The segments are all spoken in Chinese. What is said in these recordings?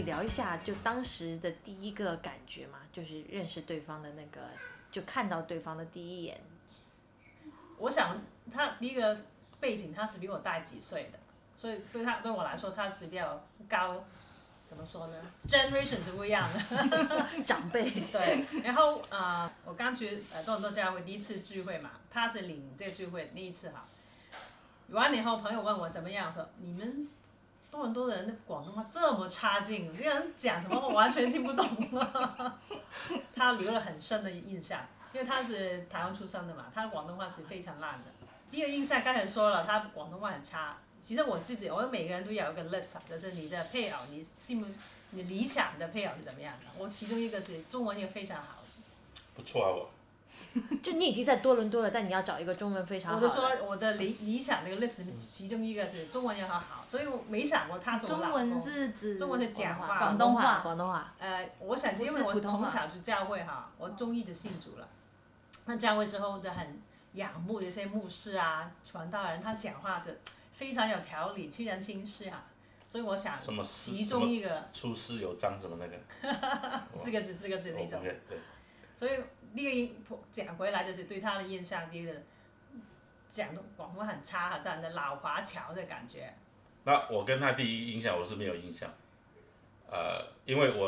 聊一下就当时的第一个感觉嘛，就是认识对方的那个，就看到对方的第一眼。 我想他第一个背景他是比我大几岁的，所以对我来说他是比较高，怎么说呢 ？generation 是不一样的， 长辈。 对，然后我刚去多伦多教会第一次聚会嘛，他是领这个聚会那一次哈。完了以后，朋友问我怎么样，我说你们多伦多人的广东话这么差劲，这个人讲什么我完全听不懂。他留了很深的印象，因为他是台湾出生的嘛，他的广东话是非常烂的。第二印象刚才说了，他广东话很差。其实我每个人都有一个 list， 就是你的配偶，你理想的配偶是怎么样的？我其中一个是中文也非常好。 不错啊我。 就你已经在多伦多了，但你要找一个中文非常好的。 我就说我的理想这个 list 里面，其中一个是中文也很好，所以我没想过他做老公。 中文是指中文是讲话， 广东话。 广东话。 我想因为我从小去教会哈，我中意的信主了。那教会之后就很仰慕这些牧师啊、传道人，他讲话的非常有条理、凄然清晰哈。所以我想其中一个出师有章什么那个四个字那种。 对。 所以第一个讲回来就是对他的印象，第一个讲的广东话很差哈，这样的老华侨的感觉。 那我跟他第一印象我是没有印象，因为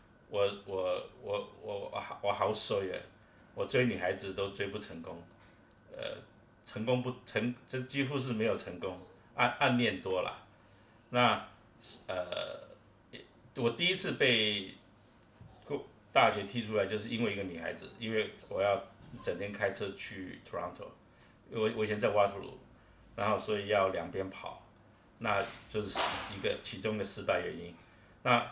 我好衰耶，我追女孩子都追不成功，这几乎是没有成功，暗恋多了。那我第一次被大学踢出来，就是因为一个女孩子，因为我要整天开车去 Toronto， 我以前在瓦图鲁，然后所以要两边跑，那就是其中的失败原因。那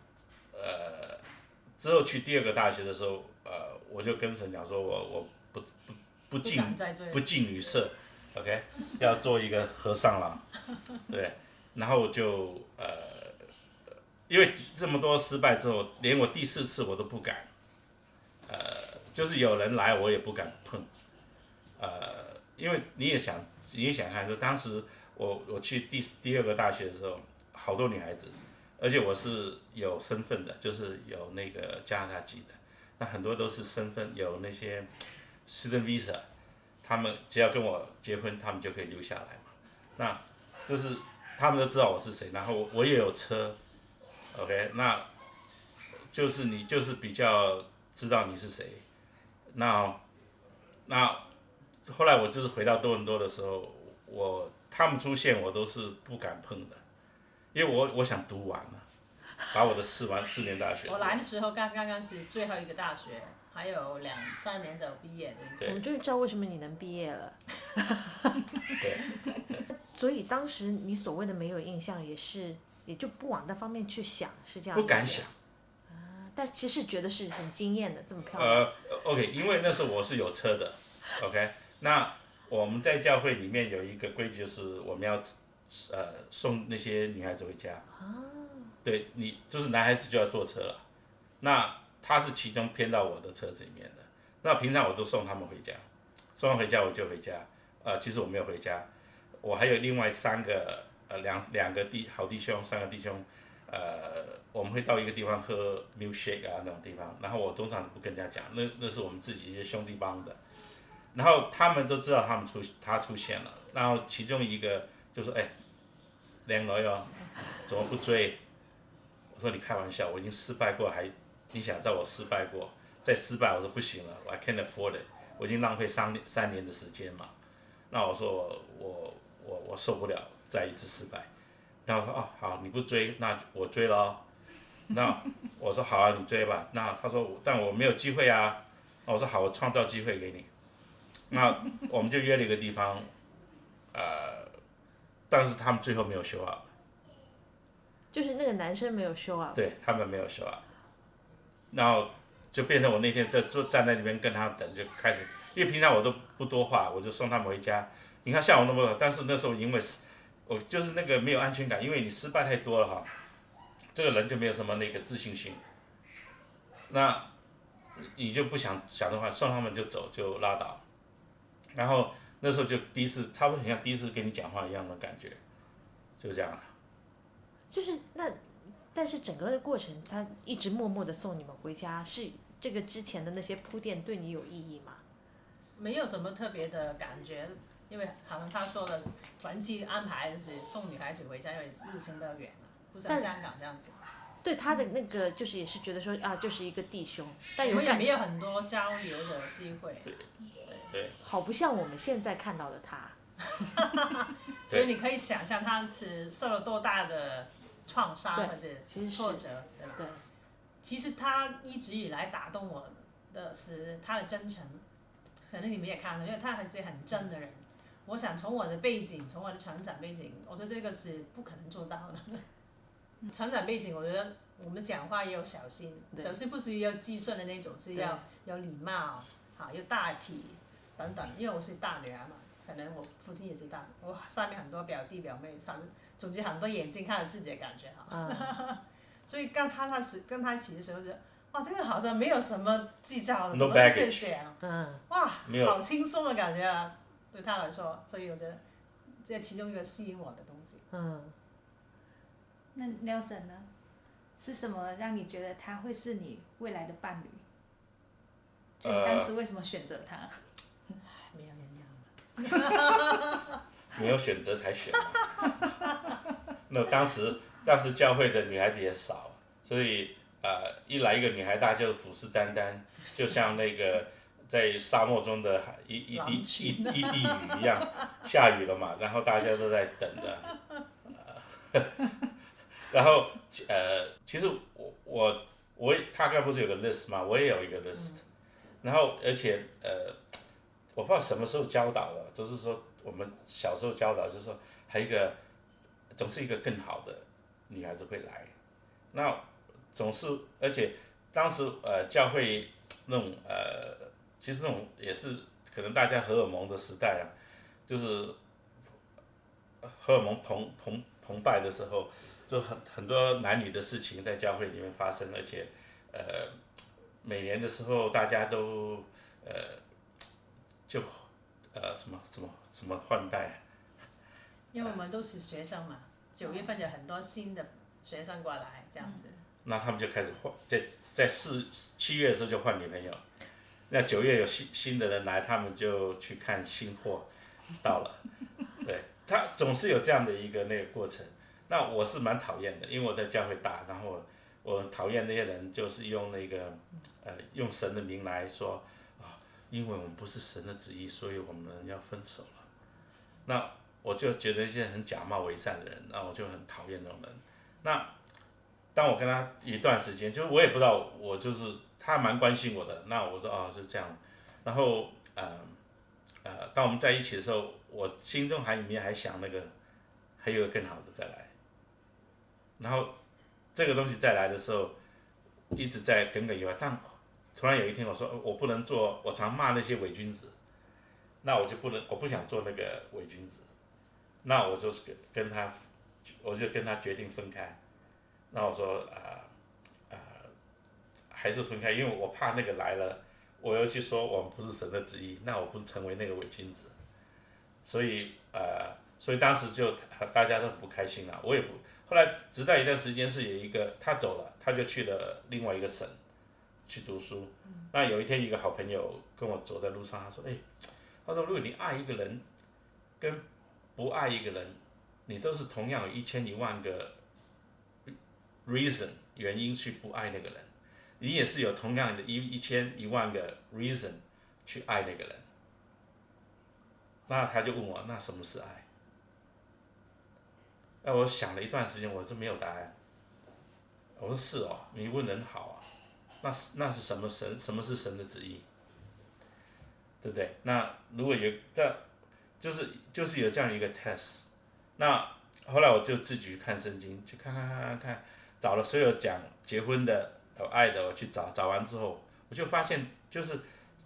之后去第二个大学的时候，我就跟神讲说，我不近女色 ，OK， 要做一个和尚了，对，然后就因为这么多失败之后，连我第4次我都不敢，就是有人来我也不敢碰，因为你也想看，就当时我去第二个大学的时候，好多女孩子，而且我是有身份的，就是有那个加拿大籍的，那很多都是身份有那些 student visa， 他们只要跟我结婚，他们就可以留下来嘛，那就是他们都知道我是谁，然后我也有车。OK， 那就是你就是比较知道你是谁，那后来我就是回到多伦多的时候，他们出现我都是不敢碰的，因为我想读完了，把我的4年大学。 我来的时候刚刚是最后一个大学，还有2-3年就毕业的。 我们终于知道为什么你能毕业了。 对。 所以当时你所谓的没有印象，也就不往那方面去想，是这样。 不敢想。 但其实觉得是很惊艳的，这么漂亮。 OK， 因为那时候我是有车的 ，OK， 那我们在教会里面有一个规矩，就是我们要送那些女孩子回家。对，你就是男孩子就要坐车了，那他是其中偏到我的车子里面的，那平常我都送他们回家，送完回家我就回家，其实我没有回家，我还有另外3个两个好弟兄，3个弟兄，我们会到一个地方喝 milkshake 啊那种地方，然后我通常不跟人家讲，那是我们自己一些兄弟帮的，然后他们都知道他出现了，然后其中一个就说靓女哦，怎么不追？我说你开玩笑，我已经失败过，你想叫我失败过，再失败我说不行了，我 I can't afford it， 我已经浪费3年的时间嘛，那我说我受不了再一次失败。然后我说好，你不追，那我追了哦。那我说好啊，你追吧。那他说但我没有机会啊。那我说好，我创造机会给你。那我们就约了一个地方，但是他们最后没有show up。 就是那个男生没有show up。 对，他们没有show up。然后就变成我那天站在那边跟他等，就开始，因为平常我都不多话，我就送他们回家。你看像我那么，但是那时候因为我就是那个没有安全感，因为你失败太多了哈，这个人就没有什么那个自信心，那你就不想的话，送他们就走就拉倒，然后那时候就第一次，差不多很像第一次跟你讲话一样的感觉，就这样了。 就是那但是整个的过程，他一直默默的送你们回家，是这个之前的那些铺垫对你有意义吗？ 没有什么特别的感觉，因为好像他说的团期安排是送女孩子回家，因为路程比较远嘛，不像香港这样子。 对他的那个就是也是觉得说啊，就是一个弟兄，但我们也感没有很多交流的机会。 对， 好不像我们现在看到的他。 所以你可以想象他是受了多大的创伤或者挫折，对吧？ 对。 其实他一直以来打动我的是他的真诚，可能你们也看到，因为他还是很真的人。我想从我的背景，从我的成长背景，我觉得这个是不可能做到的。成长背景，我觉得我们讲话也有小心，小心不是要计算的那种，是要有礼貌，好，有大体等等。因为我是大女儿嘛，可能我父亲也是大，我上面很多表弟表妹，总之很多眼睛看着自己的感觉哈。所以跟他一起的时候，觉得哇，这个好像没有什么计较的，什么都可以讲，哇，好轻松的感觉啊，对他来说，所以我觉得这其中一个吸引我的东西。 那 Nelson 呢？是什么让你觉得他会是你未来的伴侣？就你当时为什么选择他？ 没有人要没有选择才选嘛。那当时教会的女孩子也少，所以一来一个女孩，大家就虎视眈眈，就像那个在沙漠中的一滴雨一样，下雨了嘛，然后大家都在等着。然后其实他刚不是有个 list 吗？我也有一个 list，然后而且我不知道什么时候教导的，就是说我们小时候教导，就是说还有一个总是一个更好的女孩子会来，那总是而且当时教会那种其实那种也是可能大家荷尔蒙的时代啊，就是荷尔蒙澎湃的时候。就很多男女的事情在教会里面发生，而且每年的时候大家都就什么换代。 因为我们都是学生嘛，9月份有很多新的学生过来这样子。 那他们就开始换，在7月的时候就换女朋友，那9月有新的人来，他们就去看新货到了，对，他总是有这样的一个那个过程。那我是蛮讨厌的，因为我在教会大，然后我讨厌那些人，就是用那个用神的名来说因为我们不是神的旨意，所以我们要分手了。那我就觉得一些很假冒伪善的人，那我就很讨厌那种人。那当我跟他一段时间，就是我也不知道，我就是他蛮关心我的，那我说是这样。然后当我们在一起的时候，我心中里面还想那个还有个更好的再来。然后这个东西再来的时候，一直在耿耿于怀。但突然有一天我说我不能做，我常骂那些伪君子，那我不想做那个伪君子，那我就是我就跟他决定分开。那我说还是分开，因为我怕那个来了，我又去说我们不是神的旨意，那我不是成为那个伪君子。所以当时就大家都不开心了，我也不。后来直到一段时间是有一个他走了，他就去了另外一个省去读书。那有一天一个好朋友跟我走在路上，他说如果你爱一个人跟不爱一个人，你都是同样有1000、10000个 reason 原因去不爱那个人，你也是有同样的1000、10000个 reason 去爱那个人。那他就问我，那什么是爱？那我想了一段时间，我就没有答案。我说是哦，你问人好啊，那是什么是神的旨意，对不对？那如果有就是有这样一个 test， 那后来我就自己去看圣经，去看，找了所有讲结婚的有爱的，我去找完之后，我就发现就是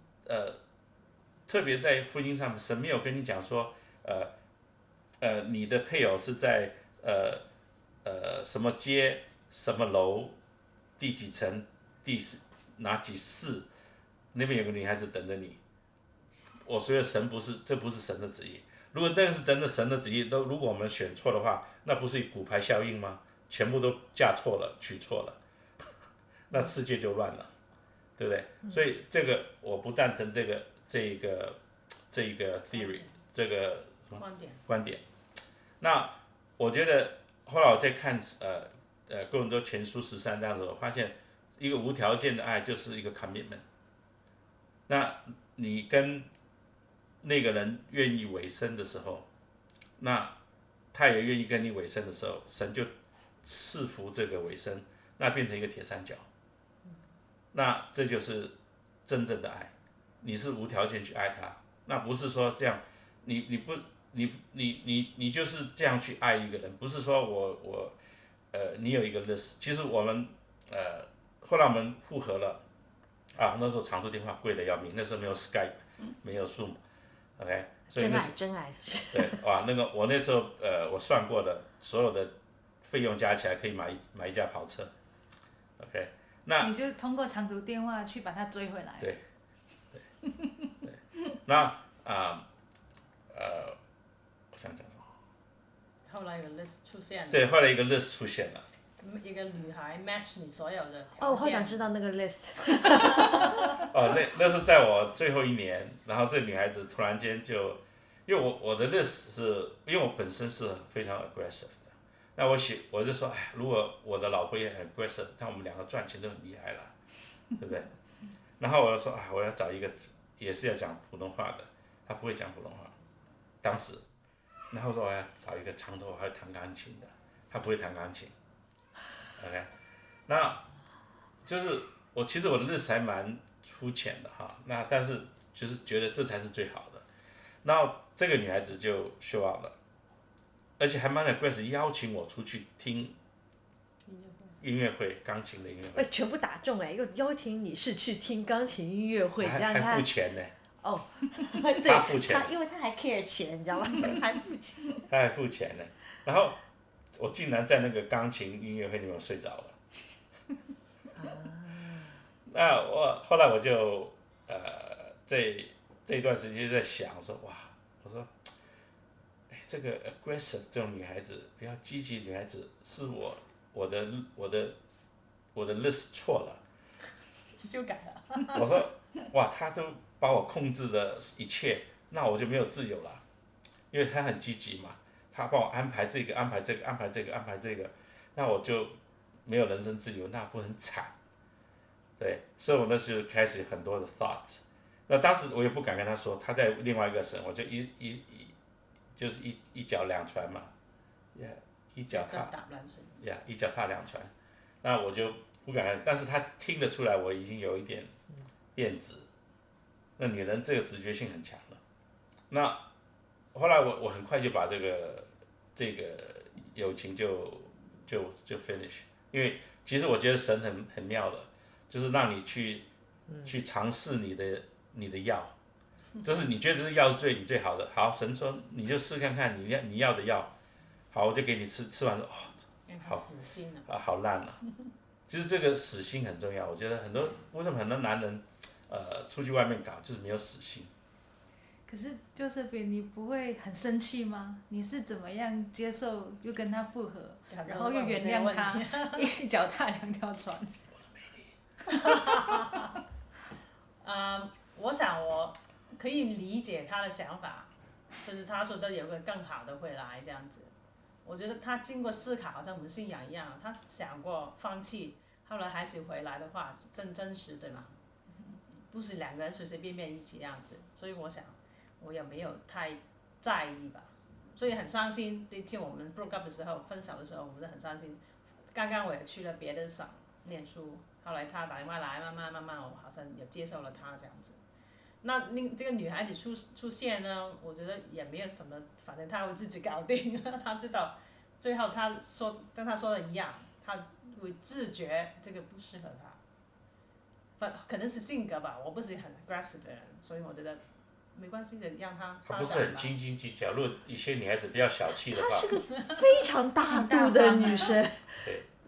特别在福音上，神没有跟你讲说你的配偶是在什么街、什么楼、第几层、哪几室，那边有个女孩子等着你。我觉得这不是神的旨意。如果那个是真的神的旨意，如果我们选错的话，那不是骨牌效应吗？ 全部都嫁错了，娶错了，那世界就乱了，对不对？所以这个我不赞成这个 theory 这个观点。那我觉得后来我在看哥林多前书13这样子，我发现一个无条件的爱就是一个 commitment。那你跟那个人愿意委身的时候，那他也愿意跟你委身的时候，神就赐福这个委身，那变成一个铁三角。那这就是真正的爱，你是无条件去爱他，那不是说这样，你就是这样去爱一个人，不是说你有一个 list。其实我们后来我们复合了啊，那时候长途电话贵得要命，那时候没有 Skype， 没有 Zoom，OK，所以真爱对，哇，那个我那时候我算过的所有的费用加起来可以买一架跑车 ，OK， 那你就通过长途电话去把他追回来。 对，那我想讲什么？ 后来有 list 出现了。 对，后来一个 list 出现了。 一个女孩 match 你所有的条件。 哦，我好想知道那个 list。 哦，那是在我最后1年，然后这女孩子突然间就，因为我的 list 是，因为我本身是非常 aggressive 的，那我就说，哎，如果我的老婆也很 aggressive，那我们2个赚钱都很厉害了，对不对？然后我就说，我要找一个也是要讲普通话的，她不会讲普通话，当时，然后我说我要找一个长头发会弹钢琴的，她不会弹钢琴。OK， 那就是其实我的list还蛮肤浅的哈，那但是就是觉得这才是最好的。然后这个女孩子就 show up 了，而且还蛮 aggressive， 邀请我出去听音乐会，钢琴的音乐会。 全部打中又邀请你是去听钢琴音乐会， 还付钱呢。 哦， 对，他付钱， 因为他还 care 钱，你知道吗？所以还付钱。 他还付钱呢，然后我竟然在那个钢琴音乐会里面睡着了。那后来我就这一段时间在想说，哇，我说，这个 aggressive 这种女孩子，比较积极的女孩子，是我的 list 错了。 修改了。 我说，哇，她都把我控制的一切，那我就没有自由了，因为她很积极嘛。他帮我安排这个，安排这个，安排这个，安排这个，那我就没有人生自由，那不很惨？对，所以我那时候开始很多的 thoughts。那当时我也不敢跟他说，他在另外一个省，我就就是一脚2船嘛，一脚踏2船，那我就不敢，但是他听得出来我已经有一点变质。那女人这个直觉性很强的，那。后来我很快就把这个友情就 finish， 因为其实我觉得神很妙的，就是让你去尝试你的药，就是你觉得这药是你最好的，好，神说你就试看看你要的药，好，我就给你吃完之后，好死心了啊，好烂啊，其实这个死心很重要，我觉得为什么很多男人出去外面搞就是没有死心。 可是Josephine，你不会很生气吗？你是怎么样接受又跟他复合，然后又原谅他，一脚踏2条船？ 我想我可以理解他的想法，就是他说的有个更好的未来这样子。我觉得他经过思考，好像我们信仰一样，他想过放弃，后来还是回来的话，真实对吗？不是2个人随随便便一起这样子，所以我想。我也没有太在意吧，所以很伤心。对，听我们 broke up 的时候，分手的时候，我们都很伤心。刚刚我也去了别的省念书，后来他打电话来，慢慢我好像也接受了他这样子。那这个女孩子出现呢，我觉得也没有什么，反正她会自己搞定。她知道，最后她说跟她说的一样，她会自觉这个不适合她。可能是性格吧，我不是很 aggressive 的人，所以我觉得。没关系的，让他她不是很斤斤计较。如果一些女孩子比较小气的话， 她是个非常大度的女生。 对。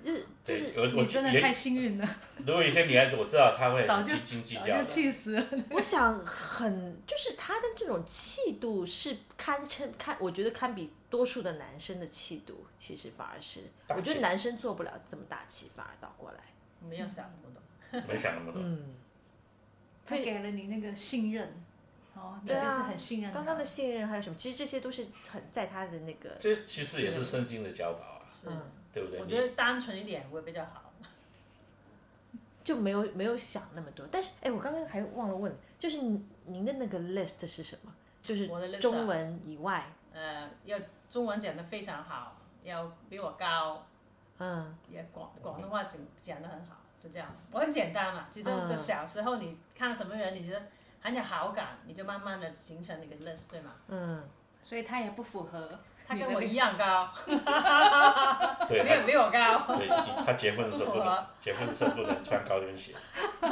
对， 你真的太幸运了。 如果有些女孩子我知道她会早就很斤斤计早较的， 就气死了。 我想就是他的这种气度是我觉得堪比多数的男生的气度，其实反而是， 大气我觉得男生做不了这么大气，反而倒过来。 没有想那么多。 没想那么多。 他给了你那个信任，你对啊就是很信任他。 刚刚的信任还有什么？其实这些都是很在他的那个。 这其实也是圣经的教导啊， 是， 对不对？ 我觉得单纯一点会比较好。 就没有想那么多，但是我刚刚还忘了问，就是您的那个 list 是什么？就是我的 list 中文以外， 要中文讲得非常好，要比我高，也广东话讲得很好，就这样。我很简单了，其实在小时候你看到什么人，你觉得很有好感，你就慢慢的形成一个 list， 对吗？ 所以他也不符合。 他跟我一样高， 对， 没有比我高。 对，他结婚的时候不能穿高跟鞋。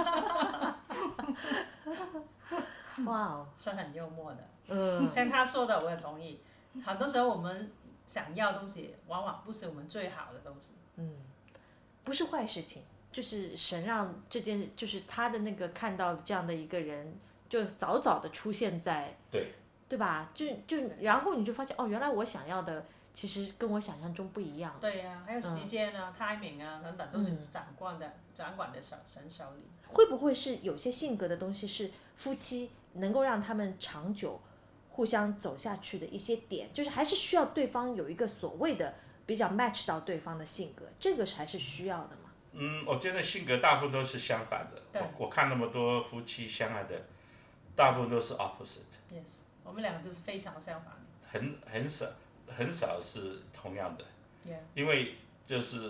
哇哦， 是很幽默的。像他说的，我也同意。很多时候我们想要的东西，往往不是我们最好的东西。 不是坏事情，就是神让这件，就是他的那个看到这样的一个人，就早早的出现在。对吧？就然后你就发现原来我想要的其实跟我想象中不一样。 对呀，还有时间啊、timing 啊等等，都是掌管的神手里。 会不会是有些性格的东西是夫妻能够让他们长久互相走下去的一些点，就是还是需要对方有一个所谓的比较 match 到对方的性格，这个还是需要的嘛？ 我觉得性格大部分都是相反的。我看那么多夫妻相爱的，大部分都是 opposite。Yes。 我们两个就是非常相反的。很少是同样的。因为就是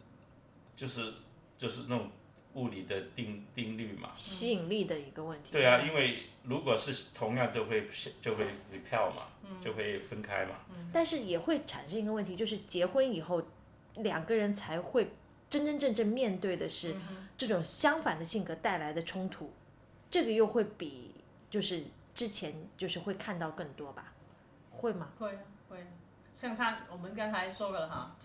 那种物理的定律嘛。 吸引力的一个问题。 对啊，因为如果是同样就会 repel 嘛，就会分开嘛。 但是也会产生一个问题，就是结婚以后，两个人才会真正面对的是这种相反的性格带来的冲突，这个又会比就是之前就是会看到更多吧？会吗？ 会。像我们刚才说了哈，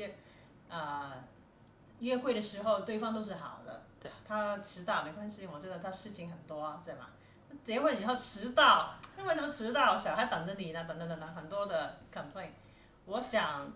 约会的时候对方都是好的， 对， 他迟到没关系，我知道他事情很多，是吧？结婚以后迟到，那为什么迟到？小孩等着你呢，等，很多的 complaint。我想，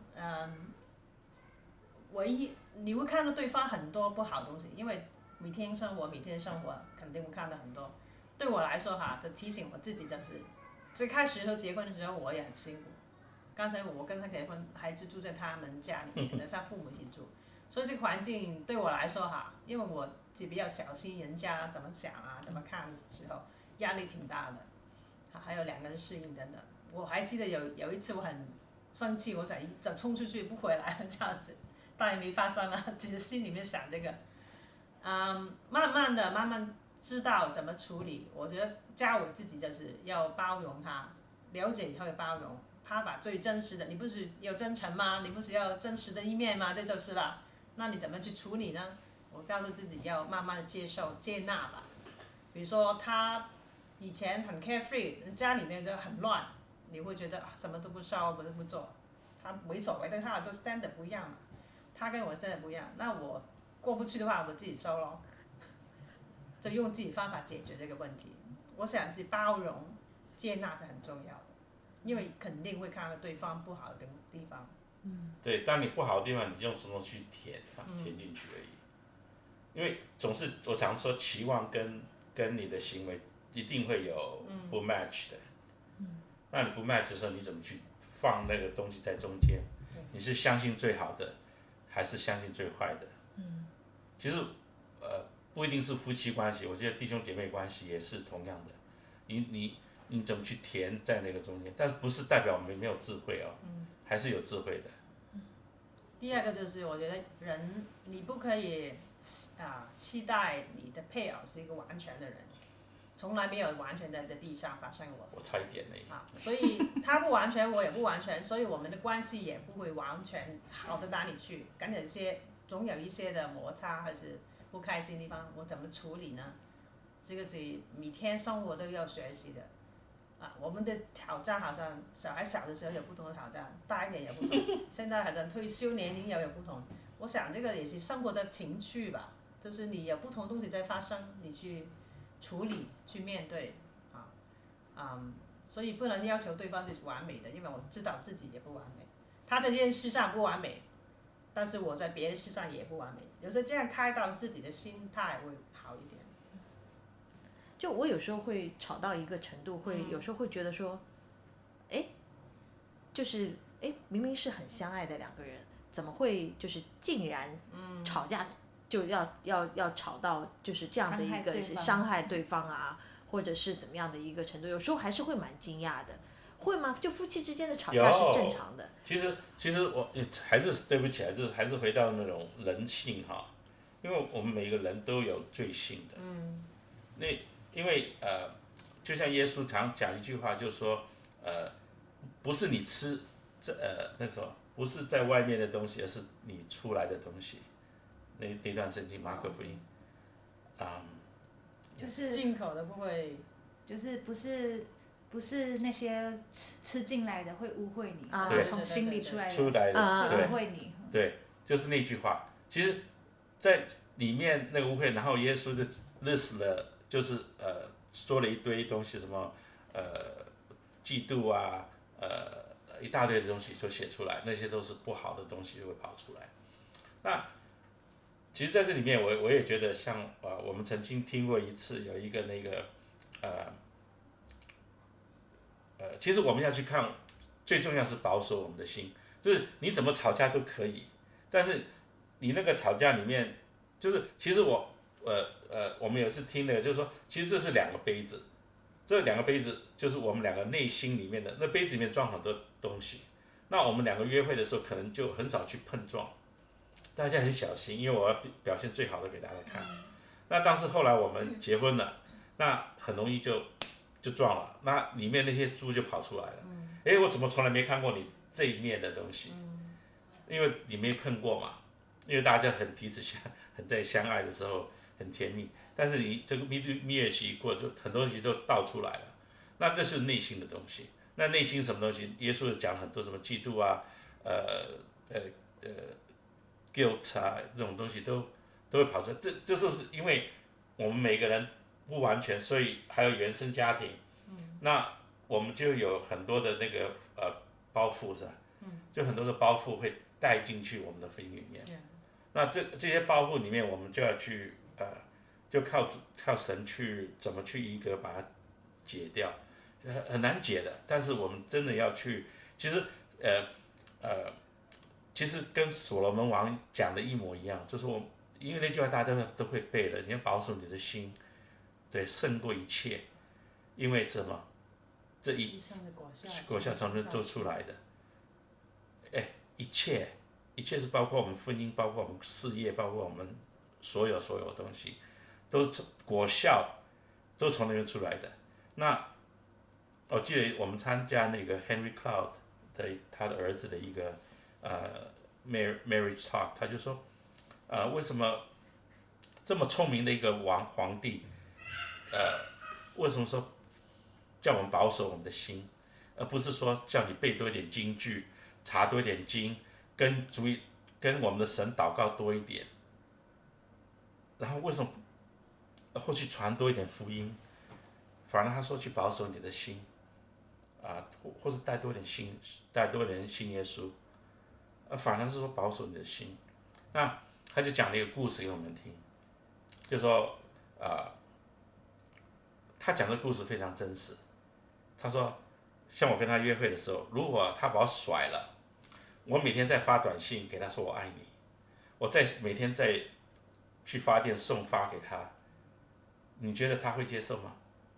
你会看到对方很多不好的东西，因为每天生活肯定会看到很多。对我来说哈，就提醒我自己就是，最开始的时候结婚的时候我也很辛苦。刚才我跟他结婚，孩子住在他们家里面，跟他父母一起住，所以这个环境对我来说哈，因为我比较小心人家怎么想啊、怎么看的时候，压力挺大的。还有两个人适应等等。我还记得有一次我很生气，我想冲出去不回来了这样子，当然没发生了，只是心里面想这个。慢慢知道怎么处理。我觉得教我自己就是要包容他，了解以后要包容。他把最真实的，你不是有真诚吗？你不是要真实的一面吗？这就是了。那你怎么去处理呢？我告诉自己要慢慢的接受、接纳吧。比如说他以前很 carefree， 家里面就很乱，你会觉得什么都不烧，什么都不做，他没所谓，但他都 standard 不一样嘛。他跟我 standard 不一样，那我过不去的话，我自己收咯，就用自己方法解决这个问题。我想去包容、接纳是很重要的。因为肯定会看到对方不好的地方。 对，当你不好的地方，你用什么去填进去而已。因为总是我常说，期望跟你的行为一定会有不 match 的。那你不 match 的时候，你怎么去放那个东西在中间？你是相信最好的，还是相信最坏的？其实不一定是夫妻关系，我觉得弟兄姐妹关系也是同样的。你怎么去填在那个中间？但是不是代表我们没有智慧哦，还是有智慧的。 第二个就是我觉得人你不可以期待你的配偶是一个完全的人，从来没有完全在地上发生过。 我差一点而已。 所以他不完全，我也不完全，所以我们的关系也不会完全好到哪里去，总有一些的摩擦还是不开心的地方，我怎么处理呢？这个是每天生活都要学习的。我们的挑战好像小孩小的时候有不同的挑战，大一点也不同。现在好像退休年龄也有不同。 我想这个也是生活的情趣吧，就是你有不同东西在发生，你去处理、去面对，所以不能要求对方是完美的，因为我知道自己也不完美。他在这件事上不完美，但是我在别的事上也不完美。有时候这样开导自己的心态会好一点。 就我有时候会吵到一个程度，有时候会觉得说，就是明明是很相爱的两个人，怎么会就是竟然吵架就要吵到就是这样的一个伤害对方啊，或者是怎么样的一个程度？有时候还是会蛮惊讶的。会吗？就夫妻之间的吵架是正常的。 其实我还是对不起来，就是还是回到那种人性哈，因为我们每个人都有罪性的。那因为就像耶稣常讲一句话，就是说不是你吃那什么，不是在外面的东西，而是你出来的东西。那段圣经马可福音， 就是进口的不会， 就是不是那些吃进来的会污秽你， 对， 从心里出来的会污秽你。 对，就是那句话。其实，在里面那个污秽，然后耶稣就list了，就是说了一堆东西，什么嫉妒啊，一大堆的东西就写出来，那些都是不好的东西就会跑出来。那其实在这里面我也觉得像我们曾经听过一次有一个那个其实我们要去看，最重要是保守我们的心，就是你怎么吵架都可以，但是你那个吵架里面，就是其实我们有一次听的，就是说其实这是两个杯子，这两个杯子就是我们两个内心里面的，那杯子里面装很多东西，那我们两个约会的时候可能就很少去碰撞。大家很小心，因为我要表现最好的给大家看。那但是后来我们结婚了，那很容易就撞了，那里面那些猪就跑出来了。我怎么从来没看过你这一面的东西？因为你没碰过嘛，因为大家很彼此很在相爱的时候很甜蜜，但是你这个蜜月期过，就很多东西都倒出来了。那是内心的东西。那内心什么东西？耶稣讲了很多什么嫉妒啊，guilt 啊，这种东西都会跑出来，这就是因为我们每个人不完全，所以还有原生家庭，那我们就有很多的那个包袱是吧？就很多的包袱会带进去我们的婚姻里面。那这些包袱里面，我们就要去就靠神去怎么去一个把它解掉，很难解的。但是我们真的要去，其实跟所罗门王讲的一模一样，就是因为那句话大家都会背的，你要保守你的心，对，胜过一切，因为什么？这果效从这做出来的，一切是包括我们婚姻，包括我们事业，包括我们所有东西，都果效都从那边出来的。那我记得我们参加那个 Henry Cloud 的他的儿子的一个marriage talk， 他就说，为什么这么聪明的一个皇帝，为什么说叫我们保守我们的心，而不是说叫你背多一点经句，查多一点经，跟我们的神祷告多一点，然后为什么或去传多一点福音，反而他说去保守你的心，或是带多一点信耶稣。反而是说保守你的心，那他就讲了一个故事给我们听，就说他讲的故事非常真实。他说，像我跟他约会的时候，如果他把我甩了，我每天在发短信给他说我爱你，我每天再去发电送发给他，你觉得他会接受吗？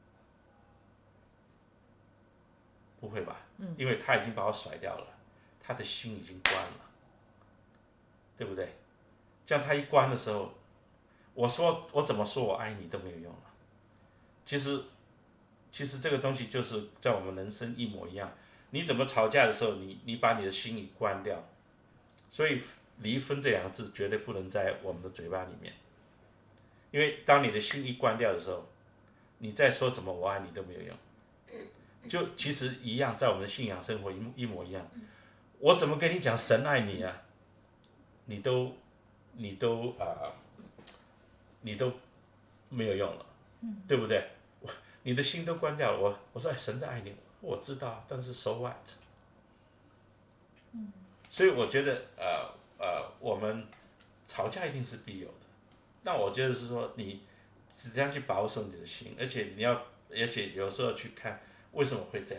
不会吧，因为他已经把我甩掉了，他的心已经关了。对不对？这样他一关的时候，我怎么说我爱你都没有用了。其实这个东西就是在我们人生一模一样。你怎么吵架的时候，你把你的心里关掉。所以离婚这两个字绝对不能在我们的嘴巴里面，因为当你的心一关掉的时候，你再说怎么我爱你都没有用。就其实一样，在我们的信仰生活一模一样。我怎么跟你讲神爱你啊？你都你都没有用了，对不对？你的心都关掉了。我说神在爱你，我知道，但是 so what？所以我觉得我们吵架一定是必有的。那我觉得是说你怎样去保守你的心，而且有时候去看为什么会这样。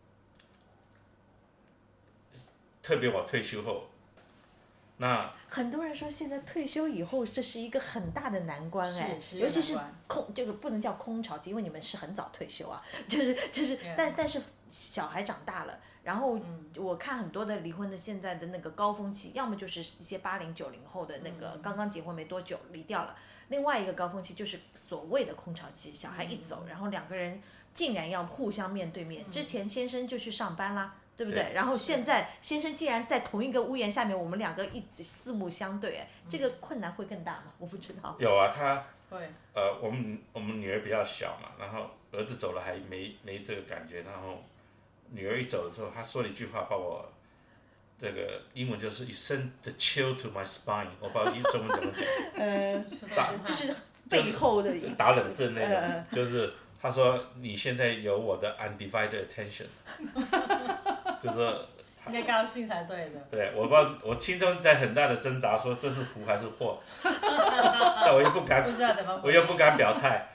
特别我退休后，那很多人说现在退休以后这是一个很大的难关是尤其是难这个不能叫空巢期，因为你们是很早退休啊，就是但是小孩长大了，然后我看很多的离婚的现在的那个高峰期，要么就是一些80、90后的那个刚刚结婚没多久离掉了，另外一个高峰期就是所谓的空巢期，小孩一走，然后两个人竟然要互相面对面，之前先生就去上班啦。对不对？然后现在先生既然在同一个屋檐下面，我们两个一直四目相对，这个困难会更大吗？我不知道。 有啊，他会我们女儿比较小嘛，然后儿子走了还没这个感觉，然后女儿一走了之后，他说了一句话，把我这个英文就是 "It sent the chill to my spine"， 我不知道中文怎么讲。 就是背后的打冷震那种，就是他说你现在有我的 undivided attention， 就是说应该高兴才对的。 对，我不知道，我心中在很大的挣扎，说这是福还是祸，但我又不敢， 不知道怎么， 我又不敢表态，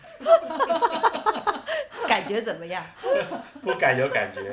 感觉怎么样？ 不敢有感觉。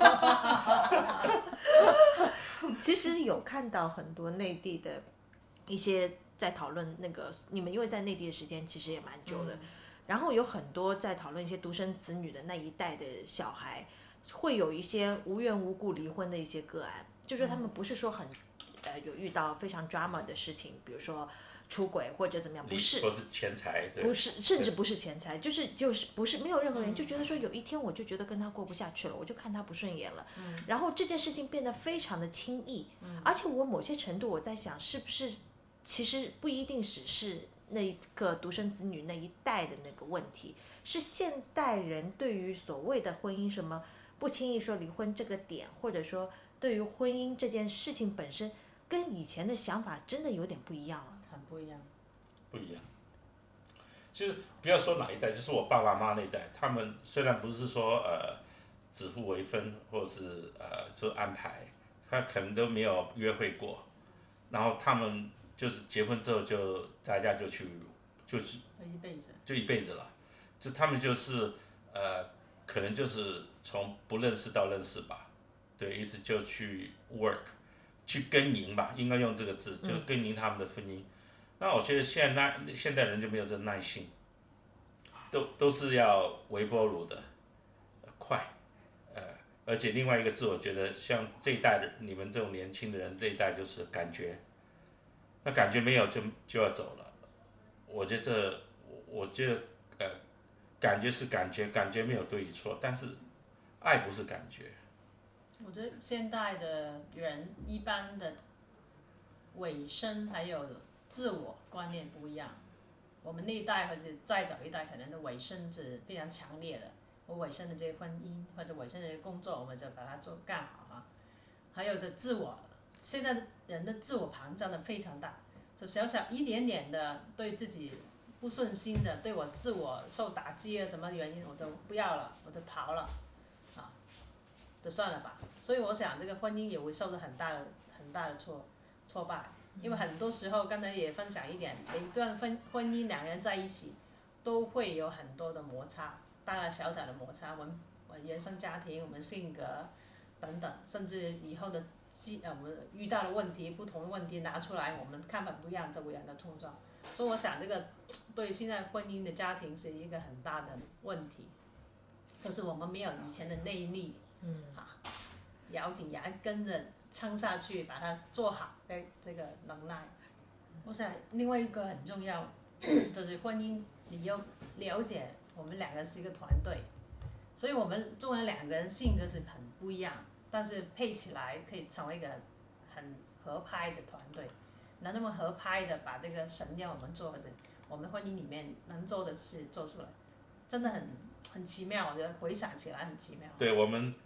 其实有看到很多内地的一些在讨论那个，你们因为在内地的时间其实也蛮久的，然后有很多在讨论一些独生子女的那一代的小孩，会有一些无缘无故离婚的一些个案，就说他们不是说很有遇到非常 drama 的事情，比如说出轨或者怎么样，不是， 不是钱财，对， 不是，甚至不是钱财，就是不是没有任何人就觉得说有一天我就觉得跟他过不下去了，我就看他不顺眼了，然后这件事情变得非常的轻易，而且我某些程度我在想是不是其实不一定只是那个独生子女那一代的那个问题，是现代人对于所谓的婚姻什么不轻易说离婚这个点，或者说对于婚姻这件事情本身跟以前的想法真的有点不一样了。 很不一样。 不一样。就是不要说哪一代，就是我爸爸妈妈那一代，他们虽然不是说指腹为婚，或者是就安排，他可能都没有约会过，然后他们就是结婚之后就大家就是一辈子。 就一辈子了，就他们就是可能就是从不认识到认识吧，对，一直就去 work， 去耕耘吧，应该用这个字，就耕耘他们的婚姻。那我觉得现代人就没有这耐心，都是要微波炉的，快，而且另外一个字，我觉得像这一代人，你们这种年轻的人这一代就是感觉，那感觉没有就要走了，我觉得感觉是感觉，感觉没有对与错，但是爱不是感觉。 我觉得现代的人一般的尾声还有自我观念不一样，我们那一代或者再早一代可能的尾声是非常强烈的，我尾声的这个婚姻或者尾声的这个工作，我们就把它干好啊。还有这自我，现在人的自我膨胀的非常大，就小小一点点的对自己不顺心的，对我自我受打击啊什么原因我都不要了，我都逃了，啊，就算了吧。所以我想这个婚姻也会受到很大的挫败。因为很多时候，刚才也分享一点，每一段婚姻两人在一起，都会有很多的摩擦，大大小小的摩擦。我们原生家庭，我们性格等等，甚至以后的我们遇到的问题，不同的问题拿出来，我们看法不一样，就会有的冲撞。所以我想，这个对现在婚姻的家庭是一个很大的问题，就是我们没有以前的内力，咬紧牙根的撑下去，把它做好的这个能耐。我想另外一个很重要，就是婚姻你要了解我们两个是一个团队，所以我们纵然两个人性格是很不一样，但是配起来可以成为一个很合拍的团队。能那么合拍的把这个神要我们做，或者我们婚姻里面能做的事做出来，真的很奇妙。我觉得回想起来很奇妙。 对，我们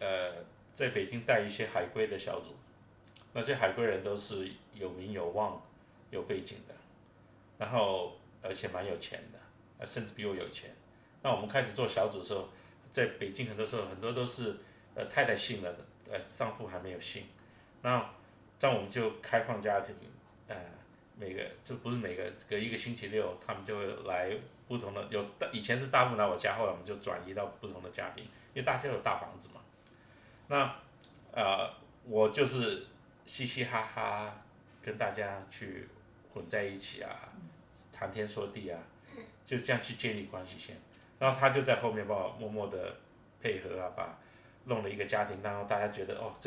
在北京带一些海归的小组，那些海归人都是有名有望， 有背景的，然后而且蛮有钱的，甚至比我有钱。那我们开始做小组的时候，在北京很多时候很多都是太太信了，丈夫还没有信，那这样我们就开放家庭，就不是隔一个星期六，他们就会来不同的以前是大部分来我家，后来我们就转移到不同的家庭，因为大家有大房子嘛。那我就是嘻嘻哈哈跟大家去混在一起啊，谈天说地啊，就这样去建立关系先。然后他就在后面帮我默默的配合啊，弄了一个家庭，然后大家觉得哦，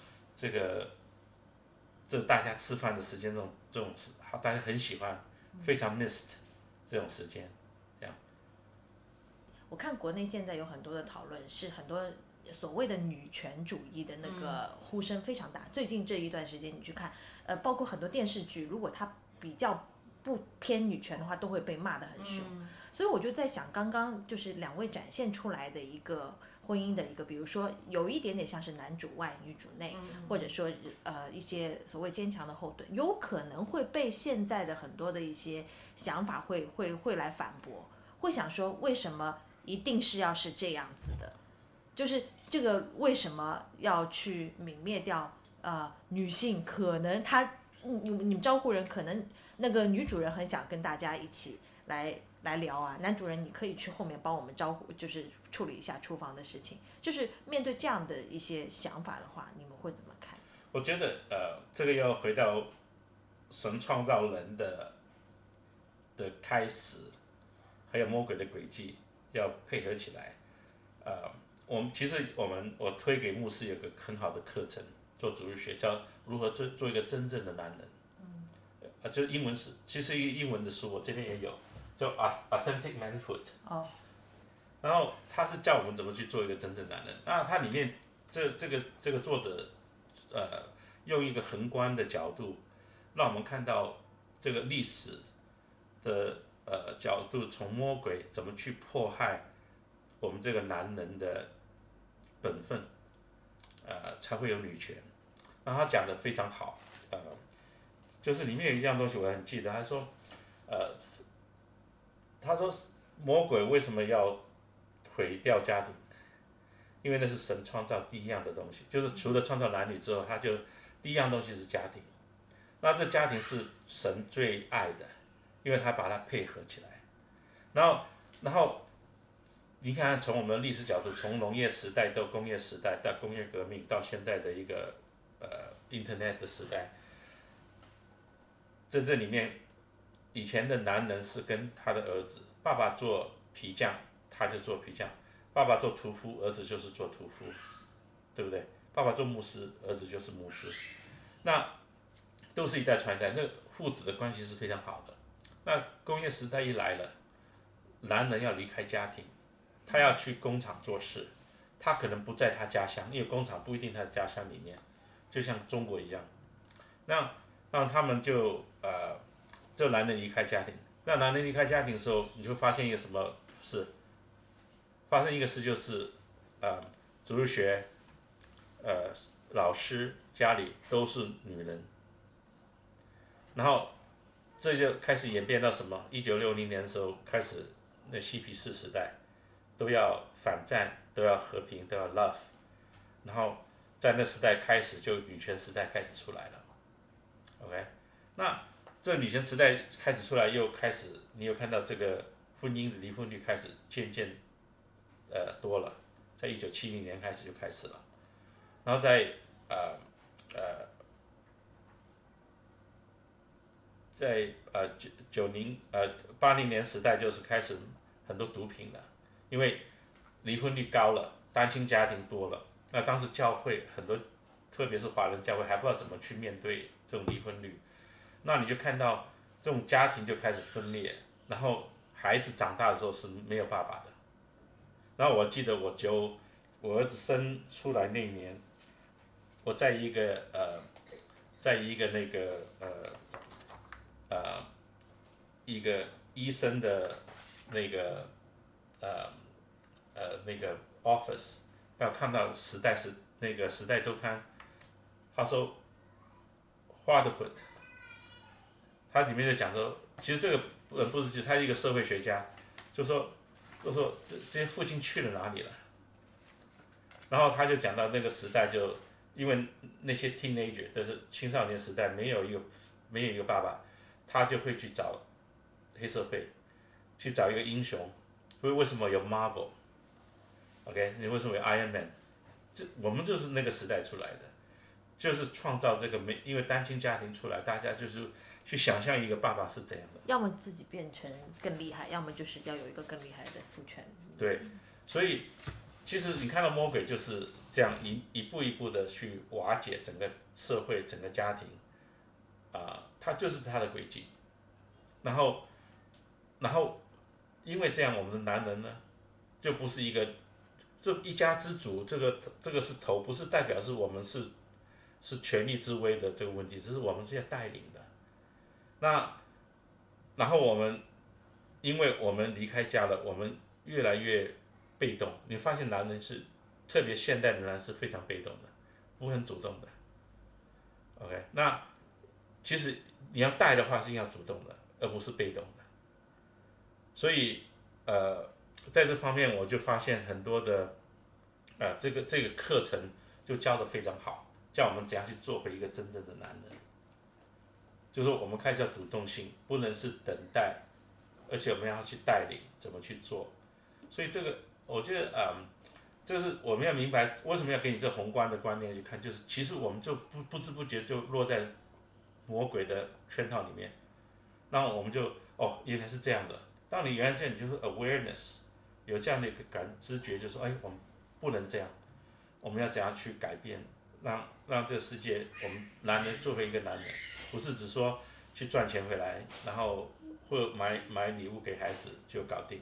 这大家吃饭的时间这种大家很喜欢，非常 missed 这种时间，这样。 我看国内现在有很多的讨论，是很多所谓的女权主义的那个呼声非常大。最近这一段时间你去看，包括很多电视剧，如果它比较不偏女权的话，都会被骂得很凶。所以我就在想，刚刚就是两位展现出来的一个婚姻的一个，比如说有一点点像是男主外女主内，或者说一些所谓坚强的后盾，有可能会被现在的很多的一些想法会来反驳，会想说为什么一定是要是这样子的，就是这个为什么要去泯灭掉女性可能你们招呼人可能那个女主人很想跟大家一起来聊啊，男主人你可以去后面帮我们招呼，就是处理一下厨房的事情。就是面对这样的一些想法的话，你们会怎么看？ 我觉得这个要回到神创造人的开始，还有魔鬼的轨迹要配合起来。我推给牧师有个很好的课程，做主日学，叫如何做一个真正的男人。就英文是其实一个英文的书，我这边也有。叫 Authentic Manhood， 然后他是教我们怎么去做一个真正男人。那它里面这个作者用一个宏观的角度，让我们看到这个历史的角度，从魔鬼怎么去迫害我们这个男人的本分，才会有女权。然后他讲的非常好，就是里面有一样东西我很记得，他说魔鬼为什么要毁掉家庭？因为那是神创造第一样的东西，就是除了创造男女之后，他就第一样东西是家庭。那这家庭是神最爱的，因为他把它配合起来。然后你看，从我们的历史角度，从农业时代到工业时代，到工业革命，到现在的一个Internet 的时代，这里面。以前的男人是跟他的儿子，爸爸做皮匠，他就做皮匠；爸爸做屠夫，儿子就是做屠夫，对不对？爸爸做牧师，儿子就是牧师，那都是一代传代，那父子的关系是非常好的。那工业时代一来了，男人要离开家庭，他要去工厂做事，他可能不在他家乡，因为工厂不一定他的家乡里面，就像中国一样。那他们就这男人离开家庭，那男人离开家庭的时候，你就会发现一个什么事？发生一个事就是，主日学，老师家里都是女人，然后这就开始演变到什么？1960年的时候开始，那嬉皮士时代，都要反战，都要和平，都要 love， 然后在那时代开始，就女权时代开始出来了。OK， 那这女权时代开始出来，又开始你有看到这个婚姻的离婚率开始渐渐多了，在1970年开始就开始了，然后在80年时代就是开始很多毒品了，因为离婚率高了，单亲家庭多了，那当时教会很多，特别是华人教会还不知道怎么去面对这种离婚率。那你就看到这种家庭就开始分裂，然后孩子长大的时候是没有爸爸的。然后我记得我儿子生出来那一年，我在一个那个一个医生的那个office， 要看到时代是那个时代周刊，他说 fatherhood 他里面就讲说，其实这个人不是他是一个社会学家，就说这些父亲去了哪里了？然后他就讲到那个时代就因为那些 teenager 就是青少年时代没有一个爸爸，他就会去找黑社会，去找一个英雄。为什么有 Marvel？OK， 你为什么有 Iron Man？我们就是那个时代出来的，就是创造这个因为单亲家庭出来，大家就是去想象一个爸爸是怎样的。 要么自己变成更厉害，要么就是要有一个更厉害的父权。 对，所以其实你看到魔鬼就是这样一步一步的去瓦解整个社会、整个家庭，他就是他的轨迹。然后因为这样，我们的男人呢，就不是这一家之主，这个是头，不是代表是我们是权力之威的这个问题，只是我们是要带领的。然后因为我们离开家了，我们越来越被动。你发现男人是，特别现代的男人是非常被动的，不很主动的。OK， 那其实你要带的话是要主动的，而不是被动的。所以在这方面我就发现很多的这个课程就教得非常好，教我们怎样去做回一个真正的男人。就是说我们开始要主动性，不能是等待，而且我们要去带领怎么去做。所以这个我觉得这是我们要明白为什么要给你这宏观的观念去看，就是其实我们就不知不觉就落在魔鬼的圈套里面，那我们就原来是这样的。当你原来这样，你就是 awareness， 有这样的一个知觉，就是说我们不能这样，我们要怎样去改变，让这个世界我们男人做回一个男人，不是只说去赚钱回来，然后或买礼物给孩子就搞定。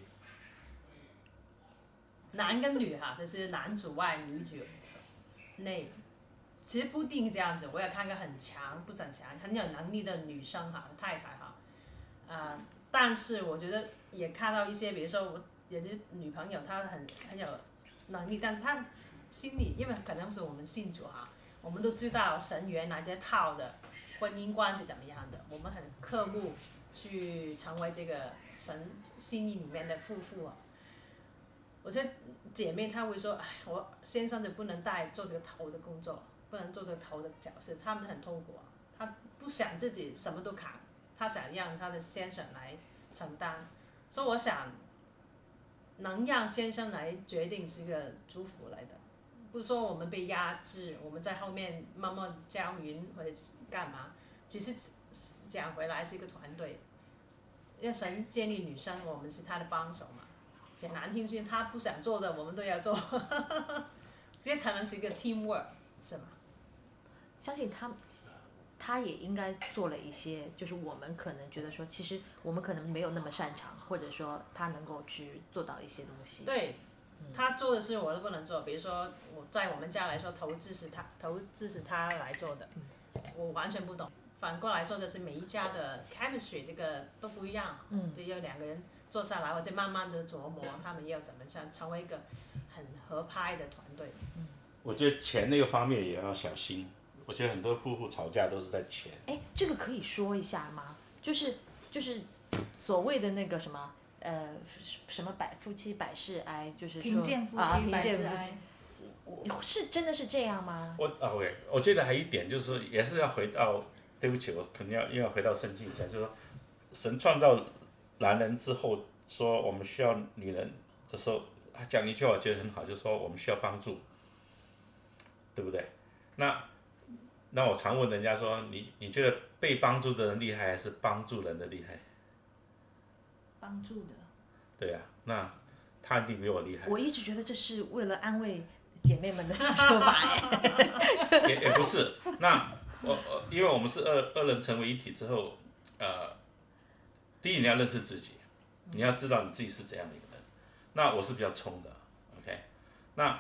男跟女就是男主外女主内，其实不一定这样子。我也看过很强不很强很有能力的女生太太但是我觉得也看到一些，比如说我有些女朋友，她很有能力，但是她心里因为可能是我们信主我们都知道神原来这套的婚姻观是怎么样的，我们很刻苦去成为这个神心意里面的夫妇我觉得姐妹她会说，我先生就不能做这个头的工作，不能做这个头的角色，他们很痛苦她不想自己什么都扛，她想让她的先生来承担。所以我想能让先生来决定是个祝福来的，不是说我们被压制，我们在后面默默教云或者干嘛，其实讲回来是一个团队，因为神建立女生，我们是他的帮手嘛。讲难听些，他不想做的，我们都要做，这才能是一个 teamwork， 是吗？ 相信他也应该做了一些，就是我们可能觉得说，其实我们可能没有那么擅长，或者说他能够去做到一些东西。 对，他做的事我都不能做，比如说在我们家来说，投资是他来做的，我完全不懂。反过来说，就是每一家的 chemistry 这个都不一样，得有两个人坐下来，或者慢慢的琢磨，他们要怎么成为一个很合拍的团队。 我觉得钱那个方面也要小心。我觉得很多夫妇吵架都是在钱。 这个可以说一下吗？就是所谓的那个什么什么夫妻百事哀，就是说贫贱夫妻百事哀， 是真的是这样吗 ？OK， 我觉得还有一点就是说，也是要回到，对不起，我肯定要回到圣经一下，就是说，神创造男人之后，说我们需要女人的时候，他讲一句话我觉得很好，就是说我们需要帮助，对不对？那我常问人家说，你觉得被帮助的人厉害，还是帮助人的厉害？ 帮助的。 对呀，那他一定比我厉害。 我一直觉得这是为了安慰姐妹们的说法也不是，那因为我们是二人成为一体之后，第一你要认识自己，你要知道你自己是怎样的一个人。那我是比较冲的 ，OK， 那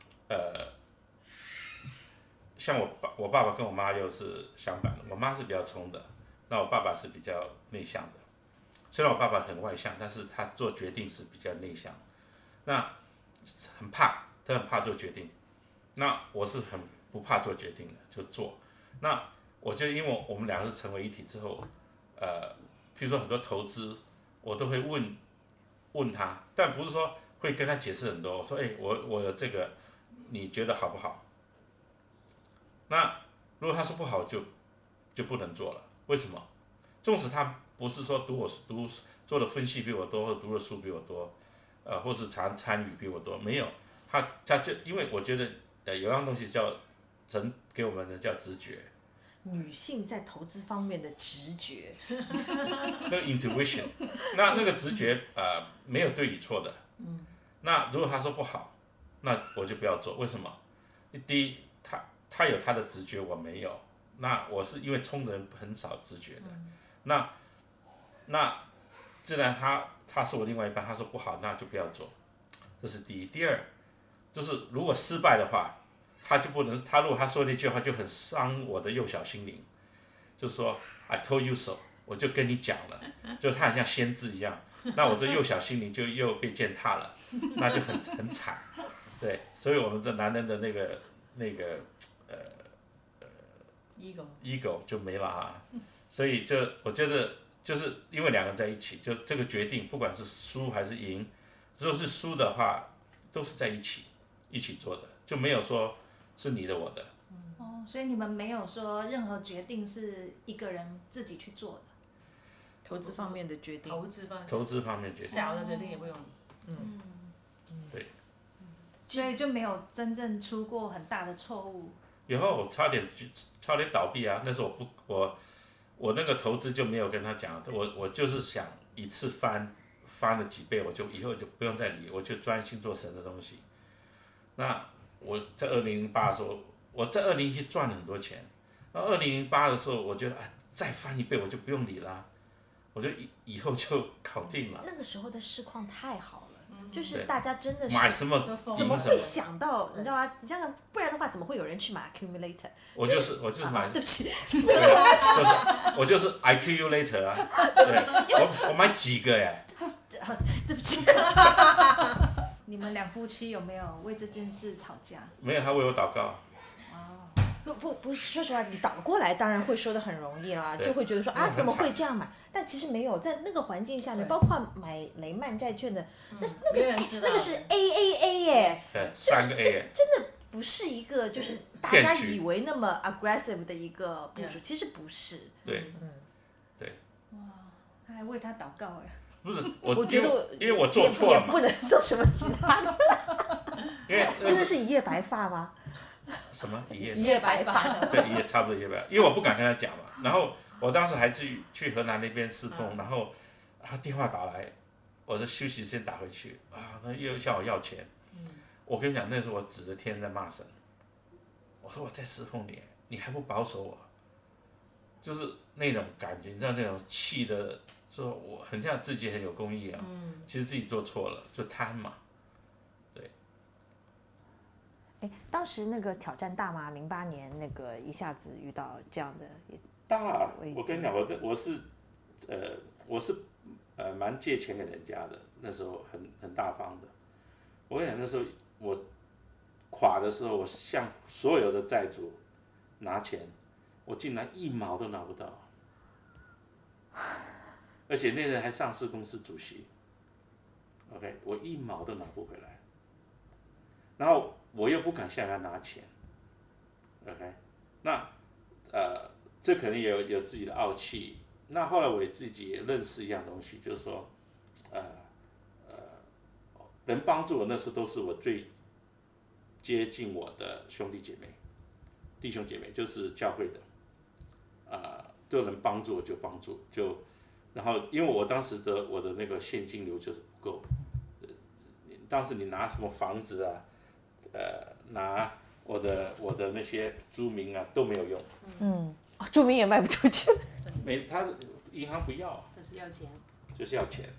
像我爸爸跟我妈又是相反的，我妈是比较冲的，那我爸爸是比较内向的。虽然我爸爸很外向，但是他做决定是比较内向，那他很怕做决定。那我是很不怕做决定的，就做。那我觉得，因为我们两个是成为一体之后， 譬如说很多投资，我都会问他，但不是说会跟他解释很多。我说，我有这个，你觉得好不好？那如果他说不好，就不能做了。为什么？纵使他不是说做的分析比我多，或者读的书比我多，或是参与比我多，没有，他就因为我觉得有样东西叫神给我们的叫直觉。 女性在投资方面的直觉， 那个 intuition， 那个直觉没有对与错的。那如果他说不好，那我就不要做。为什么？第一，他有他的直觉，我没有。那我是因为冲的人很少直觉的。那既然他是我另外一半，他说不好，那就不要做。这是第一。第二，就是如果失败的话，他就不能，如果他说那句话就很伤我的幼小心灵，就是说 I told you so， 我就跟你讲了，就他很像先知一样，那我这幼小心灵就又被践踏了，那就很惨，对，所以我们这男人的那个ego 就没了啊，所以我觉得就是因为两个人在一起，就这个决定不管是输还是赢，如果是输的话，都是在一起做的，就没有说是你的我的。 所以你们没有说任何决定是一个人自己去做的。 投资方面的决定， 投资方面决定， 小的决定也不用。 对。 所以就没有真正出过很大的错误。 以后我差点倒闭啊！那时候我那个投资就没有跟他讲，我就是想一次翻了几倍，我就以后就不用再理，我就专心做神的东西。那我在2008的时候，我在2017赚了很多钱，然后2008的时候，我觉得再翻一倍我就不用理啦，我就以后就搞定了。 那个时候的市况太好了，就是大家真的是买什么怎么会想到，你知道吗？你想想，不然的话怎么会有人去买 accumulator？ 我就是买， 对不起， 我就是 accumulator 啊，对，我买几个耶？ 对不起。 你们两夫妻有没有为这件事吵架？ 没有，他为我祷告。 不，说实话，你倒过来当然会说的很容易啦，就会觉得说怎么会这样买？但其实没有，在那个环境下面，包括买雷曼债券的，那个是 AAA 耶， 对，3个 A， 真的不是一个就是大家以为那么 aggressive 的一个部署，其实不是。 对，对。 哇，他还为他祷告哎。 不是， 我觉得因为我做错了嘛， 也不能做什么其他的。 因为真的是一夜白发吗？ 什么一夜白发？ 对，也差不多一夜白发，因为我不敢跟他讲嘛。然后我当时还去河南那边侍奉，然后电话打来，我的休息时间打回去那又向我要钱。我跟你讲，那时候我指着天在骂神，我说我在侍奉你，你还不保守我，就是那种感觉，你知道那种气的。说我很像自己很有公义啊，其实自己做错了，就贪嘛，对。 当时那个挑战大吗？08年那个一下子遇到这样的大，我跟你讲，我是蛮借钱给人家的，那时候很大方的。我跟你讲，那时候我垮的时候，我向所有的债主拿钱，我竟然1毛都拿不到。而且那人还上市公司主席 ，OK， 我1毛都拿不回来，然后我又不敢向他拿钱 ，OK， 那这可能有自己的傲气。那后来我自己也认识一样东西，就是说，能帮助我那时候都是我最接近我的弟兄姐妹，就是教会的，都能帮助我就帮助就。然后，因为我当时我的那个现金流就是不够，当时你拿什么房子啊，拿我的那些租名啊都没有用。 租名也卖不出去。 他银行不要。就是要钱。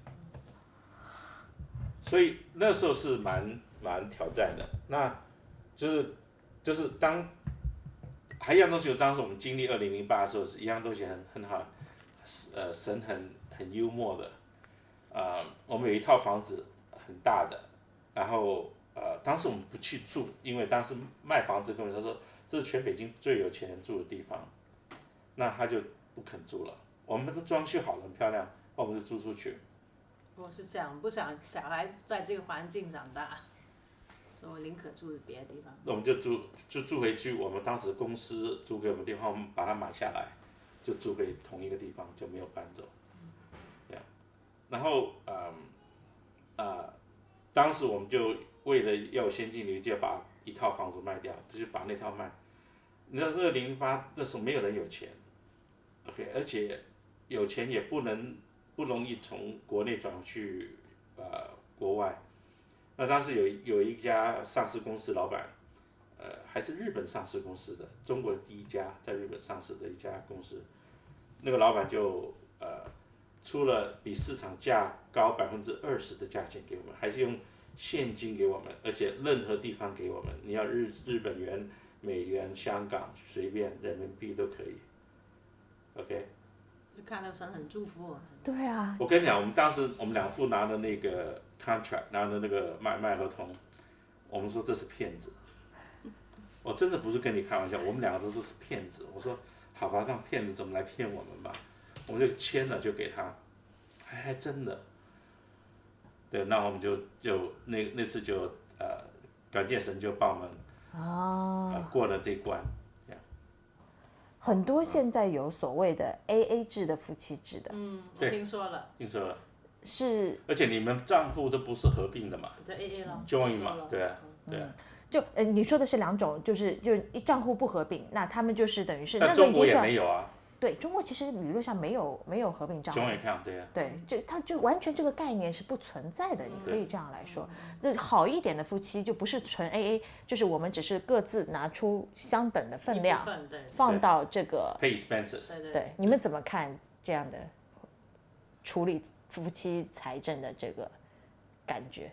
所以那时候是蛮挑战的。那就是还有一样东西，当时我们经历2008的时候，一样东西很好。神很幽默的，我们有一套房子很大的，然后当时我们不去住，因为当时卖房子跟我说这是全北京最有钱人住的地方，那他就不肯住了。 我们都装修好了，很漂亮，我们就租出去。 我是这样，不想小孩在这个环境长大，所以我宁可住别的地方。 那我们就住回去，我们当时公司租给我们地方，我们把它买下来，就住回同一个地方，就没有搬走。这样，然后当时我们就为了要有现金流，就要把一套房子卖掉，就是把那套卖。那2008那时候没有人有钱 ，OK， 而且有钱也不容易从国内转去国外。那当时有一家上市公司老板，还是日本上市公司的，中国的第一家在日本上市的一家公司，那个老板就出了比市场价高20%的价钱给我们，还是用现金给我们，而且任何地方给我们，你要日本元、美元、香港随便人民币都可以 ，OK。 就看到神很祝福我。 对啊。 我跟你讲，我们当时我们两副拿的那个 contract， 拿的那个买卖合同，我们说这是骗子。我真的不是跟你开玩笑，我们两个都说是骗子。我说好吧，让骗子怎么来骗我们吧？我们就签了，就给他，还真的。对，那我们就那次就感谢神就帮我们过了这关。 很多现在有所谓的 AA 制的夫妻制的， 我听说了。 听说了。 是。 而且你们账户都不是合并的嘛？ 在 AA 了。 join 嘛，对啊，对啊。 就你说的是两种，就是账户不合并，那他们就是等于是那个已中国也经算没有啊。 对，中国其实理论上没有合并账户。 joint account， 对啊。 对，它就完全这个概念是不存在的，你可以这样来说。这好一点的夫妻就不是纯 AA， 就是我们只是各自拿出相等的分量放到这个 pay expenses。 对，你们怎么看这样的处理夫妻财政的这个感觉？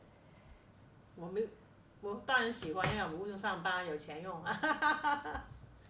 我当然喜欢，因为我们不用上班，有钱用啊。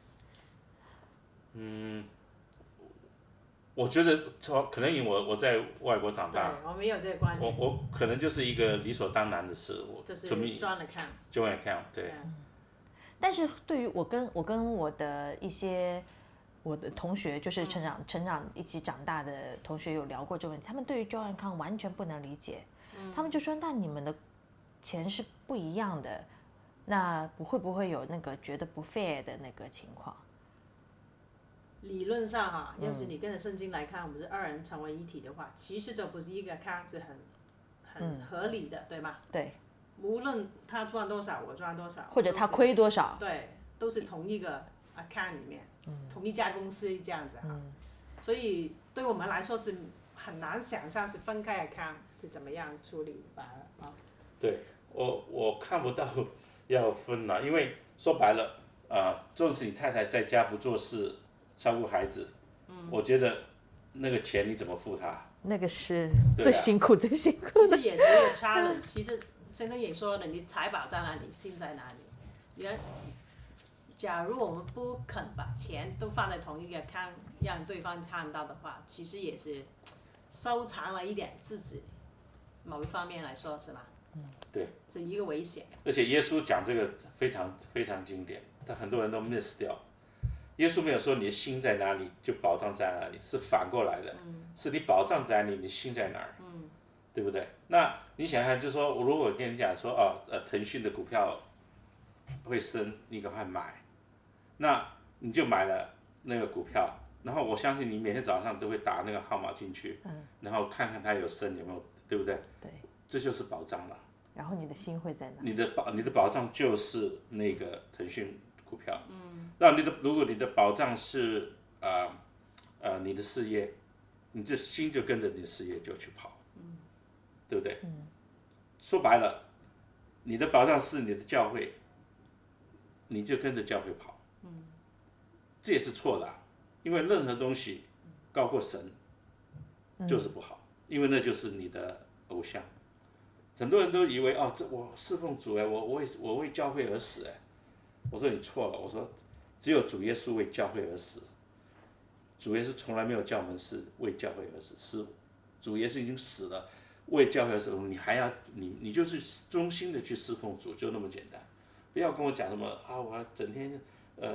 我觉得可能因为我在外国长大， 我没有这个观念。 我可能就是一个理所当然的事， 就是joint account，对。 但是对于我跟我的一些我的同学，就是成长一起长大的同学有聊过这个问题，他们对于 joint account 完全不能理解，他们就说那你们的钱是不一样的，那会不会有那个觉得不 fair 的那个情况？ 理论上要是你跟着圣经来看，我们是二人成为一体的话，其实这不是一个 account 是很合理的，对吗？ 对。 无论他赚多少，我赚多少， 或者他亏多少， 对，都是同一个 account 里面，同一家公司这样子所以对我们来说是很难想象是分开 account 是怎么样处理吧对，我看不到要分了，因为说白了纵使你太太在家不做事，照顾孩子，我觉得那个钱你怎么付他？ 那个是最辛苦、最辛苦的。 其实也是一个 challenge。其实先生也说了，你财宝在哪里，心在哪里。假如我们不肯把钱都放在同一个看，让对方看到的话，其实也是收藏了一点自己某一方面来说，是吗？ 对。 是一个危险。 而且耶稣讲这个非常非常经典，但很多人都 miss 掉。耶稣没有说你的心在哪里就保障在哪里，是反过来的，是你保障在哪里，你心在哪儿，对不对？那你想想，就说如果我跟你讲说腾讯的股票会升，你赶快买，那你就买了那个股票，然后我相信你每天早上都会打那个号码进去，然后看看它有升有没有，对不对？ 对， 这就是保障了。 然后你的心会在哪？ 你的保障就是那个腾讯股票。那如果你的保障是你的事业，你这心就跟着你的事业就去跑，对不对？说白了，你的保障是你的教会，你就跟着教会跑，这也是错的因为任何东西高过神就是不好，因为那就是你的偶像。很多人都以为这我侍奉主我为教会而死我说你错了，我说只有主耶稣为教会而死，主耶稣从来没有叫我们是为教会而死，是主耶稣已经死了，为教会而死，你还要你就是忠心的去侍奉主，就那么简单，不要跟我讲什么我整天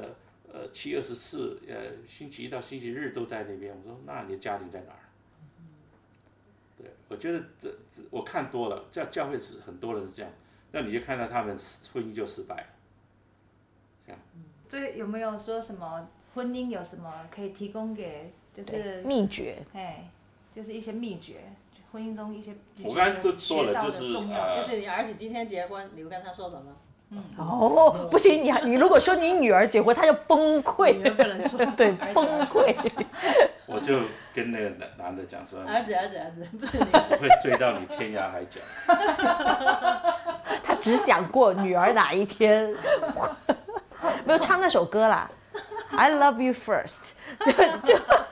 7/24，星期一到星期日都在那边。我说那你的家庭在哪儿？对，我觉得我看多了，教会是很多人是这样，那你就看到他们婚姻就失败了。这样。 对，有没有说什么婚姻有什么可以提供给就是秘诀？ 就是一些秘诀，婚姻中一些我刚才就说了，就是就是你儿子今天结婚，你会跟他说什么？ 不行，你如果说你女儿结婚，她就崩溃。 女儿不能说， 对，崩溃。 我就跟那个男的讲说， 儿子，不是你。 我会追到你天涯海角。 他只想过女儿哪一天，没有唱那首歌啦。I love you first 就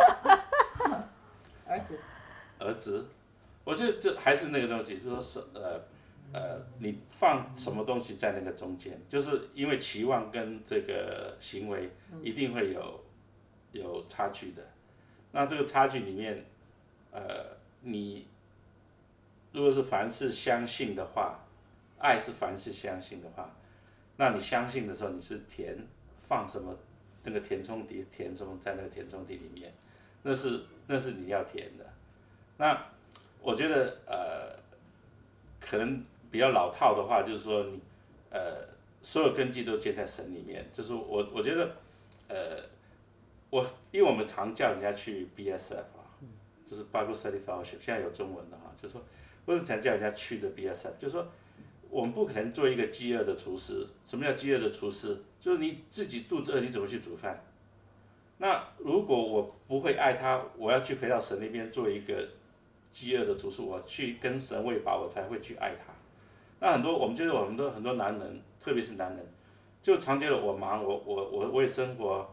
儿子，我觉得这还是那个东西，就是说你放什么东西在那个中间，就是因为期望跟这个行为一定会有差距的。那这个差距里面，你如果是凡事相信的话，爱是凡事相信的话，那你相信的时候，你是放什么那个填充题填什么在那个填充题里面，那是你要填的。那我觉得可能比较老套的话，就是说你所有根基都建在神里面。就是我觉得因为我们常叫人家去 BSF 啊，就是 Bible Study Fellowship， 现在有中文的哈，就是说为什么常叫人家去的 BSF， 就是说我们不可能做一个饥饿的厨师。什么叫饥饿的厨师？就是你自己肚子饿，你怎么去煮饭？那如果我不会爱他，我要去回到神那边做一个饥饿的厨师，我去跟神喂饱，我才会去爱他。那我们觉得我们很多男人，特别是男人，就常觉得我忙，我为生活，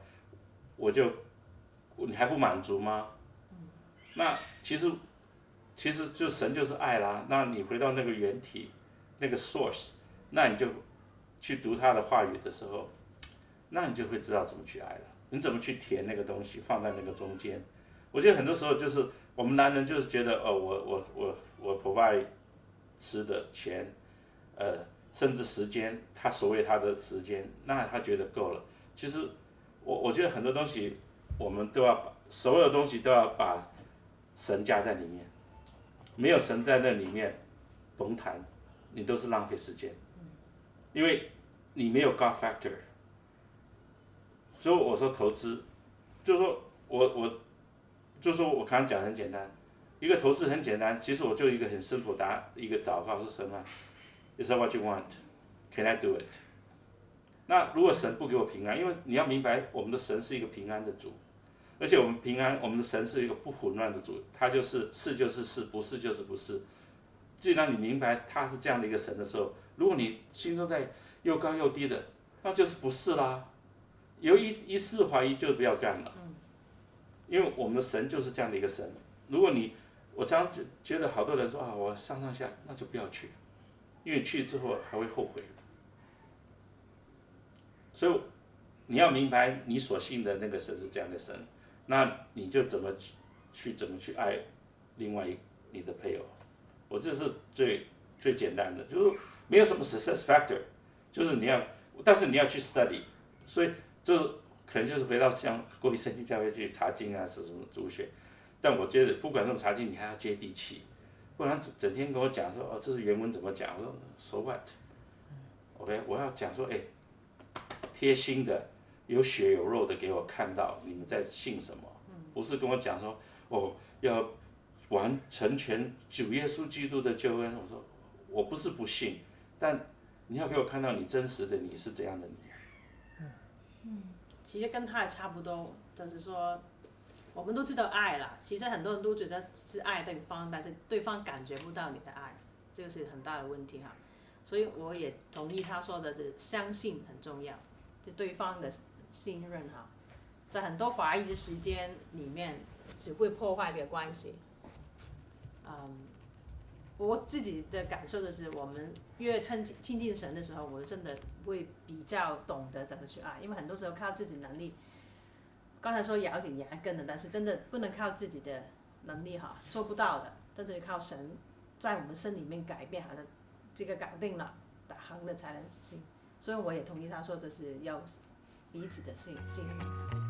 你还不满足吗？那其实就神就是爱啦。那你回到那个原体，那个 source， 那你就去读他的话语的时候，那你就会知道怎么去爱了。你怎么去填那个东西，放在那个中间？我觉得很多时候就是我们男人就是觉得我 provide 吃的钱，甚至时间，他所谓他的时间，那他觉得够了。其实我觉得很多东西我们都要所有东西都要把神加在里面，没有神在那里面，甭谈，你都是浪费时间，因为你没有 God factor。所以我说投资，就是说就是说我刚刚讲得很简单，一个投资很简单，其实我就一个很simple一个祷告是神啊 ，Is that what you want? Can I do it? 那如果神不给我平安，因为你要明白，我们的神是一个平安的主，而且我们的神是一个不混乱的主，他就是是就是是，不是就是不是。既然你明白他是这样的一个神的时候，如果你心中在又高又低的，那就是不是啦。有一丝怀疑就不要干了，因为我们的神就是这样的一个神。如果我常常觉得好多人说啊，我上下，那就不要去，因为去之后还会后悔。所以你要明白你所信的那个神是这样的神，那你就怎么去爱另外你的配偶。我这是最简单的，就是没有什么 success factor， 就是但是你要去 study， 所以就是可能就是回到像过去圣经教会去查经啊，是什么主学。但我觉得不管怎么查经，你还要接地气，不然整天跟我讲说这是原文怎么讲，我说 so what？OK， 我要讲说贴心的，有血有肉的给我看到你们在信什么，不是跟我讲说要成全主耶稣基督的救恩。我说我不是不信，但你要给我看到你真实的你是怎样的你。 其实跟他也差不多，就是说，我们都知道爱啦。其实很多人都觉得是爱对方，但是对方感觉不到你的爱，这个是很大的问题哈。所以我也同意他说的，是相信很重要，就对方的信任哈，在很多怀疑的时间里面，只会破坏这个关系。我自己的感受就是，我们越亲近神的时候，我真的会比较懂得怎么去爱，因为很多时候靠自己能力，刚才说咬紧牙根的，但是真的不能靠自己的能力哈，做不到的，真的靠神在我们身里面改变，好像这个搞定了，打横的才能行。所以我也同意他说的是要彼此的信任。